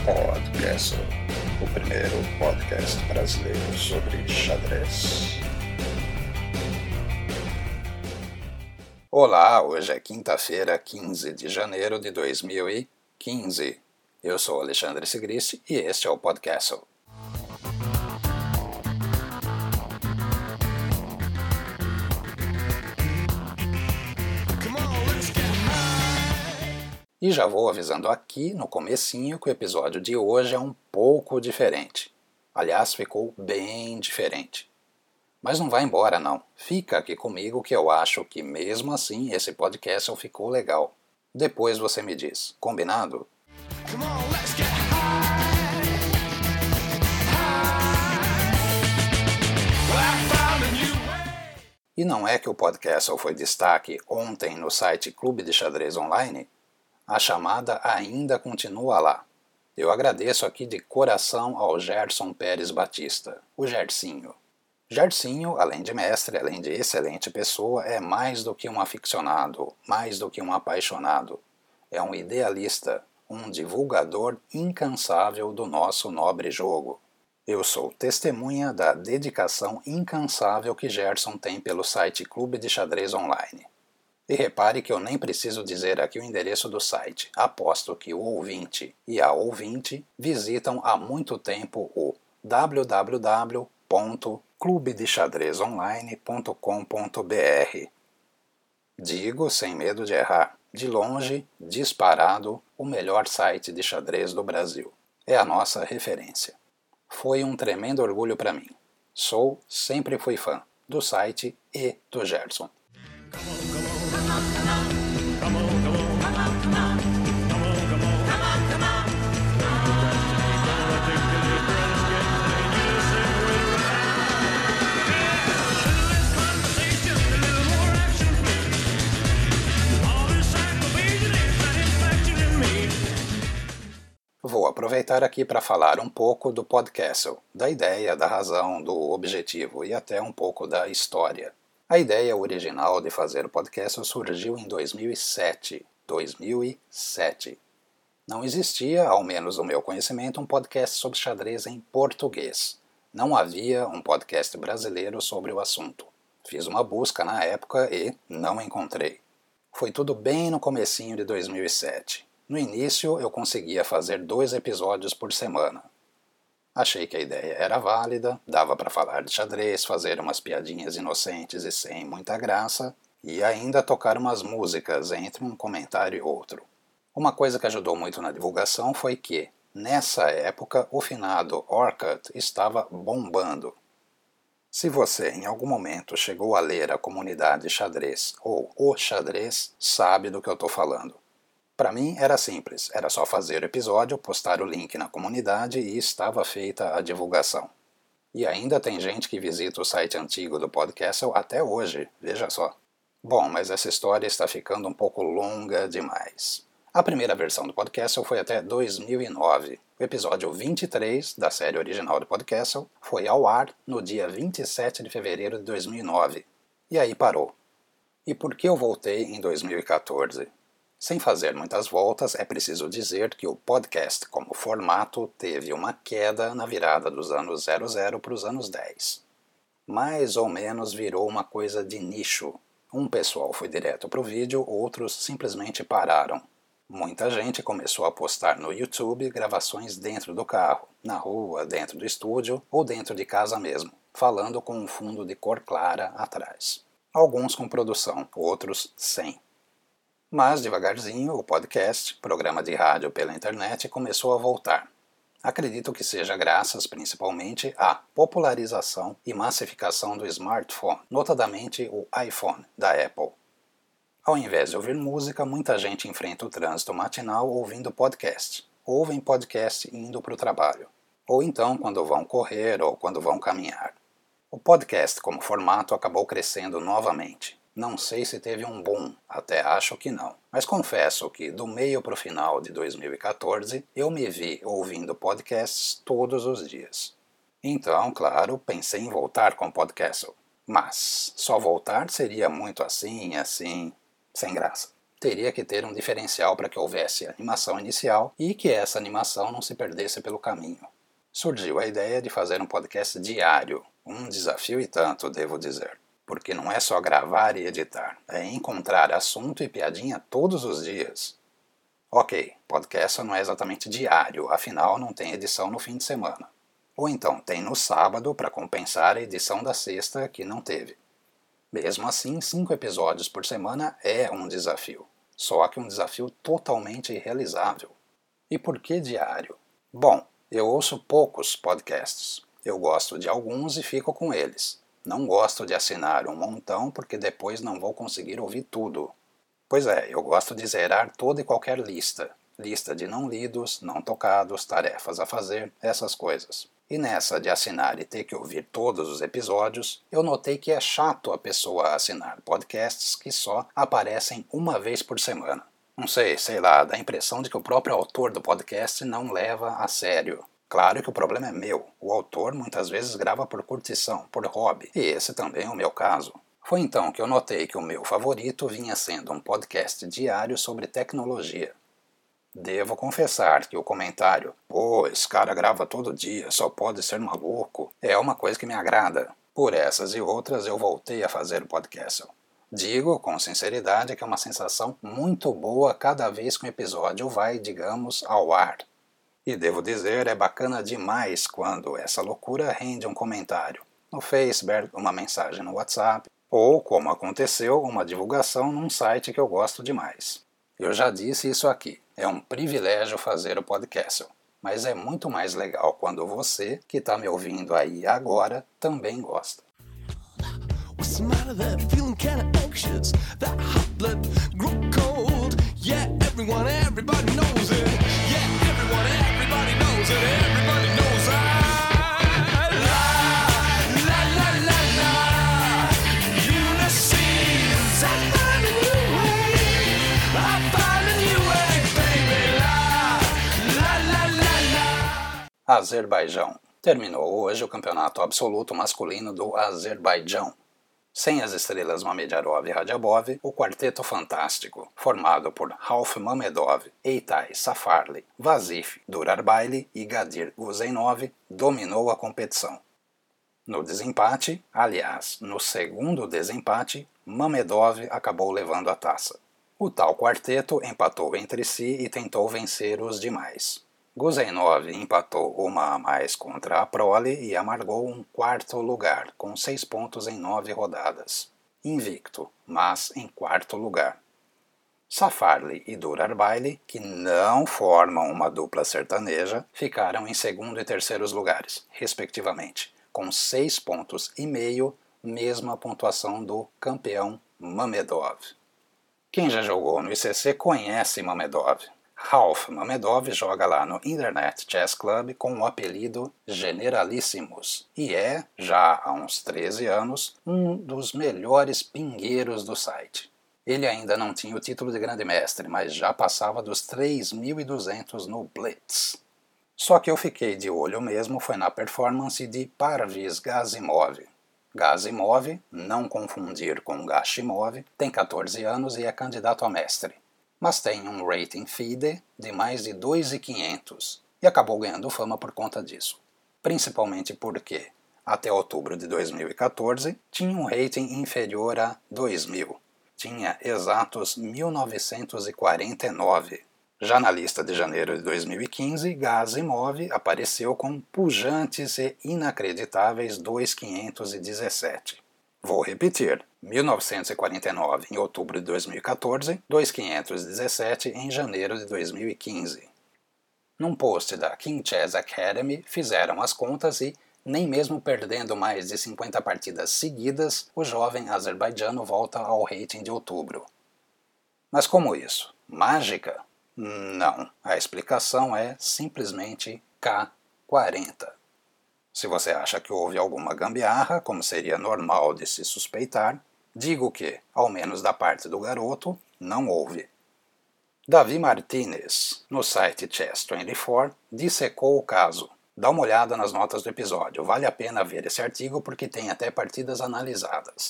Podcast, o primeiro podcast brasileiro sobre xadrez. Olá, hoje é quinta-feira, 15 de janeiro de 2015. Eu sou Alexandre Sigristi e este é o Podcast. E já vou avisando aqui no comecinho que o episódio de hoje é um pouco diferente. Aliás, ficou bem diferente. Mas não vai embora não. Fica aqui comigo que eu acho que mesmo assim esse podcast ficou legal. Depois você me diz. Combinado? E não é que o podcast foi destaque ontem no site Clube de Xadrez Online? A chamada ainda continua lá. Eu agradeço aqui de coração ao Gerson Pérez Batista, o Gersinho. Gersinho, além de mestre, além de excelente pessoa, é mais do que um aficionado, mais do que um apaixonado. É um idealista, um divulgador incansável do nosso nobre jogo. Eu sou testemunha da dedicação incansável que Gerson tem pelo site Clube de Xadrez Online. E repare que eu nem preciso dizer aqui o endereço do site. Aposto que o ouvinte e a ouvinte visitam há muito tempo o www.clubedexadrezonline.com.br. Digo sem medo de errar, de longe, disparado, o melhor site de xadrez do Brasil. É a nossa referência. Foi um tremendo orgulho para mim. Sempre fui fã do site e do Gerson. Vou aproveitar aqui para falar um pouco do podcast, da ideia, da razão, do objetivo e até um pouco da história. A ideia original de fazer o podcast surgiu em 2007. Não existia, ao menos no meu conhecimento, um podcast sobre xadrez em português. Não havia um podcast brasileiro sobre o assunto. Fiz uma busca na época e não encontrei. Foi tudo bem no comecinho de 2007. No início eu conseguia fazer 2 episódios por semana. Achei que a ideia era válida, dava para falar de xadrez, fazer umas piadinhas inocentes e sem muita graça, e ainda tocar umas músicas entre um comentário e outro. Uma coisa que ajudou muito na divulgação foi que, nessa época, o finado Orkut estava bombando. Se você em algum momento chegou a ler a comunidade xadrez ou o xadrez, sabe do que eu estou falando. Para mim era simples, era só fazer o episódio, postar o link na comunidade e estava feita a divulgação. E ainda tem gente que visita o site antigo do podcast até hoje, veja só. Bom, mas essa história está ficando um pouco longa demais. A primeira versão do podcast foi até 2009. O episódio 23 da série original do podcast foi ao ar no dia 27 de fevereiro de 2009. E aí parou. E por que eu voltei em 2014? Sem fazer muitas voltas, é preciso dizer que o podcast como formato teve uma queda na virada dos anos 00 para os anos 10. Mais ou menos virou uma coisa de nicho. Um pessoal foi direto para o vídeo, outros simplesmente pararam. Muita gente começou a postar no YouTube gravações dentro do carro, na rua, dentro do estúdio ou dentro de casa mesmo, falando com um fundo de cor clara atrás. Alguns com produção, outros sem. Mas, devagarzinho, o podcast, programa de rádio pela internet, começou a voltar. Acredito que seja graças, principalmente, à popularização e massificação do smartphone, notadamente o iPhone, da Apple. Ao invés de ouvir música, muita gente enfrenta o trânsito matinal ouvindo podcast. Ouvem podcast indo para o trabalho. Ou então quando vão correr ou quando vão caminhar. O podcast como formato acabou crescendo novamente. Não sei se teve um boom, até acho que não. Mas confesso que do meio para o final de 2014 eu me vi ouvindo podcasts todos os dias. Então, claro, pensei em voltar com o podcast. Mas só voltar seria muito assim, sem graça. teria que ter um diferencial para que houvesse animação inicial e que essa animação não se perdesse pelo caminho. Surgiu a ideia de fazer um podcast diário, um desafio e tanto, devo dizer. Porque não é só gravar e editar, é encontrar assunto e piadinha todos os dias. Ok, podcast não é exatamente diário, afinal não tem edição no fim de semana. Ou então tem no sábado para compensar a edição da sexta que não teve. Mesmo assim, 5 episódios por semana é um desafio. Só que um desafio totalmente irrealizável. E por que diário? Bom, eu ouço poucos podcasts. Eu gosto de alguns e fico com eles. Não gosto de assinar um montão porque depois não vou conseguir ouvir tudo. Pois é, eu gosto de zerar toda e qualquer lista. Lista de não lidos, não tocados, tarefas a fazer, essas coisas. E nessa de assinar e ter que ouvir todos os episódios, eu notei que é chato a pessoa assinar podcasts que só aparecem uma vez por semana. Não sei lá, dá a impressão de que o próprio autor do podcast não leva a sério. Claro que o problema é meu. O autor muitas vezes grava por curtição, por hobby, e esse também é o meu caso. Foi então que eu notei que o meu favorito vinha sendo um podcast diário sobre tecnologia. Devo confessar que o comentário "Pô, esse cara grava todo dia, só pode ser maluco", é uma coisa que me agrada. Por essas e outras eu voltei a fazer o podcast. Digo com sinceridade que é uma sensação muito boa cada vez que um episódio vai, digamos, ao ar. E devo dizer, é bacana demais quando essa loucura rende um comentário no Facebook, uma mensagem no WhatsApp, ou, como aconteceu, uma divulgação num site que eu gosto demais. Eu já disse isso aqui, é um privilégio fazer o podcast, mas é muito mais legal quando você, que está me ouvindo aí agora, também gosta. What's the matter there? Feeling kinda anxious. That hot blood grew cold. Yeah, everybody knows it. Yeah, everybody knows it. Everybody knows I la la la la. Ulysses, I find a new way. I find a new way, baby. La. Azerbaijão. Terminou hoje o campeonato absoluto masculino do Azerbaijão. Sem as estrelas Mamedjarov e Radiabov, o quarteto fantástico, formado por Rauf Mamedov, Eitai Safarli, Vasif Durarbaili e Gadir Guzenov, dominou a competição. No desempate, aliás, no segundo desempate, Mamedov acabou levando a taça. O tal quarteto empatou entre si e tentou vencer os demais. Guzenov empatou uma a mais contra a prole e amargou um quarto lugar, com 6 pontos em 9 rodadas. Invicto, mas em quarto lugar. Safarli e Durarbaili, que não formam uma dupla sertaneja, ficaram em segundo e terceiros lugares, respectivamente, com 6 pontos e meio, mesma pontuação do campeão Mamedov. Quem já jogou no ICC conhece Mamedov. Rauf Mamedov joga lá no Internet Chess Club com o apelido Generalissimus e é, já há uns 13 anos, um dos melhores pingueiros do site. Ele ainda não tinha o título de grande mestre, mas já passava dos 3.200 no Blitz. Só que eu fiquei de olho mesmo foi na performance de Parviz Gazimov. Gazimov, não confundir com Gashimov, tem 14 anos e é candidato a mestre. Mas tem um rating FIDE de mais de 2.500 e acabou ganhando fama por conta disso. Principalmente porque, até outubro de 2014, tinha um rating inferior a 2.000. Tinha exatos 1.949. Já na lista de janeiro de 2015, Gazimov apareceu com pujantes e inacreditáveis 2.517. Vou repetir, 1949 em outubro de 2014, 2.517 em janeiro de 2015. Num post da King Chess Academy, fizeram as contas e, nem mesmo perdendo mais de 50 partidas seguidas, o jovem azerbaijano volta ao rating de outubro. Mas como isso? Mágica? Não, a explicação é simplesmente K40. Se você acha que houve alguma gambiarra, como seria normal de se suspeitar, digo que, ao menos da parte do garoto, não houve. Davi Martinez, no site Chess24, dissecou o caso. Dá uma olhada nas notas do episódio, vale a pena ver esse artigo porque tem até partidas analisadas.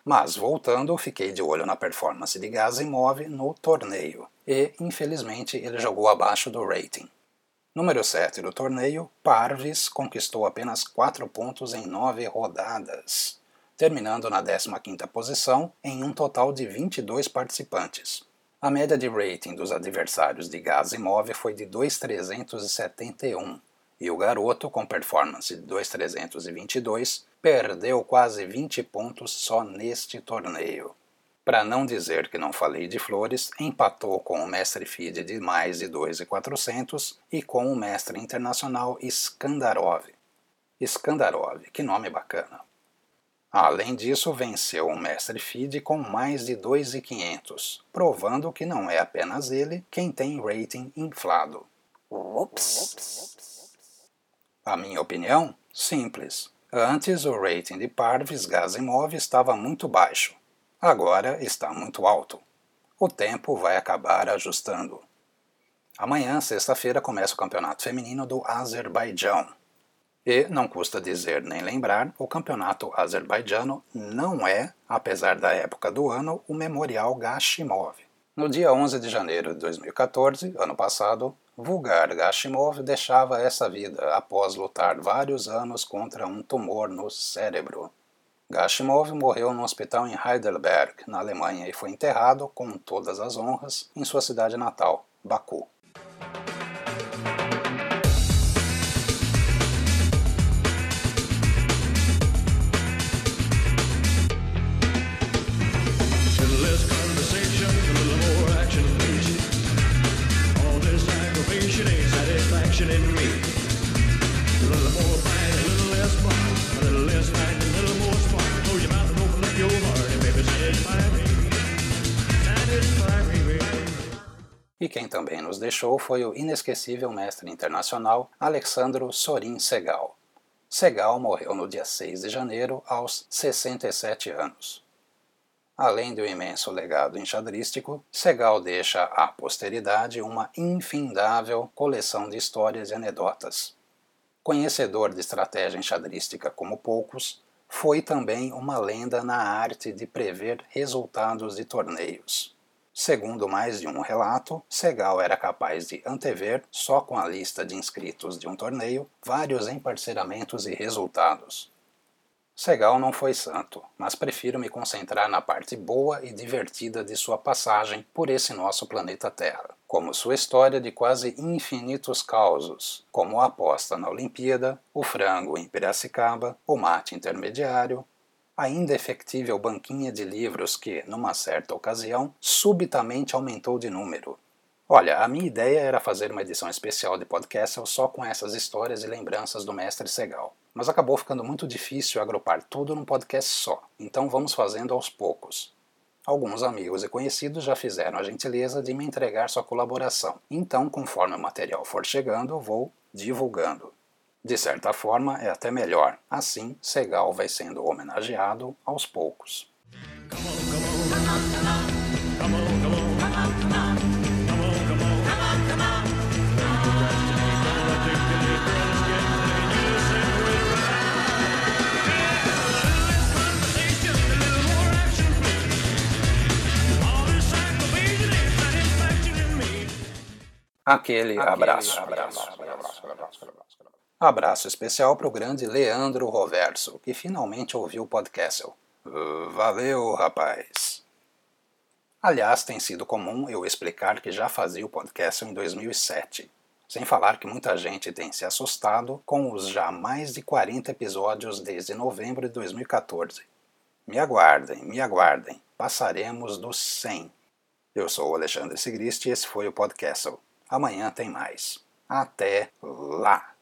Mas voltando, fiquei de olho na performance de Gazimov no torneio, e infelizmente ele jogou abaixo do rating. Número 7 do torneio, Parvis conquistou apenas 4 pontos em 9 rodadas, terminando na 15ª posição em um total de 22 participantes. A média de rating dos adversários de Gazimov foi de 2.371, e o garoto, com performance de 2.322, perdeu quase 20 pontos só neste torneio. Para não dizer que não falei de flores, empatou com o mestre FIDE de mais de 2.400 e com o mestre internacional Skandarov. Skandarov, que nome bacana. Além disso, venceu o mestre FIDE com mais de 2.500, provando que não é apenas ele quem tem rating inflado. Ups. A minha opinião? Simples. Antes o rating de Parvis Gazimov estava muito baixo. Agora está muito alto. O tempo vai acabar ajustando. Amanhã, sexta-feira, começa o campeonato feminino do Azerbaijão. E, não custa dizer nem lembrar, o campeonato azerbaijano não é, apesar da época do ano, o Memorial Gashimov. No dia 11 de janeiro de 2014, ano passado, Vulgar Gashimov deixava essa vida após lutar vários anos contra um tumor no cérebro. Gashimov morreu no hospital em Heidelberg, na Alemanha, e foi enterrado, com todas as honras, em sua cidade natal, Baku. E quem também nos deixou foi o inesquecível mestre internacional Alexandru Sorin Segal. Segal morreu no dia 6 de janeiro, aos 67 anos. Além do imenso legado enxadrístico, Segal deixa à posteridade uma infindável coleção de histórias e anedotas. Conhecedor de estratégia enxadrística como poucos, foi também uma lenda na arte de prever resultados de torneios. Segundo mais de um relato, Segal era capaz de antever, só com a lista de inscritos de um torneio, vários emparceramentos e resultados. Segal não foi santo, mas prefiro me concentrar na parte boa e divertida de sua passagem por esse nosso planeta Terra, como sua história de quase infinitos causos, como a aposta na Olimpíada, o frango em Piracicaba, o mate intermediário, a indefectível banquinha de livros que, numa certa ocasião, subitamente aumentou de número. Olha, a minha ideia era fazer uma edição especial de podcast só com essas histórias e lembranças do mestre Segal, mas acabou ficando muito difícil agrupar tudo num podcast só, então vamos fazendo aos poucos. Alguns amigos e conhecidos já fizeram a gentileza de me entregar sua colaboração, então conforme o material for chegando, vou divulgando. De certa forma, é até melhor. Assim, Segal vai sendo homenageado aos poucos. Aquele abraço. Abraço especial para o grande Leandro Roverso, que finalmente ouviu o podcast. Valeu, rapaz! Aliás, tem sido comum eu explicar que já fazia o podcast em 2007. Sem falar que muita gente tem se assustado com os já mais de 40 episódios desde novembro de 2014. Me aguardem, passaremos dos 100. Eu sou o Alexandre Sigrist e esse foi o podcast. Amanhã tem mais. Até lá!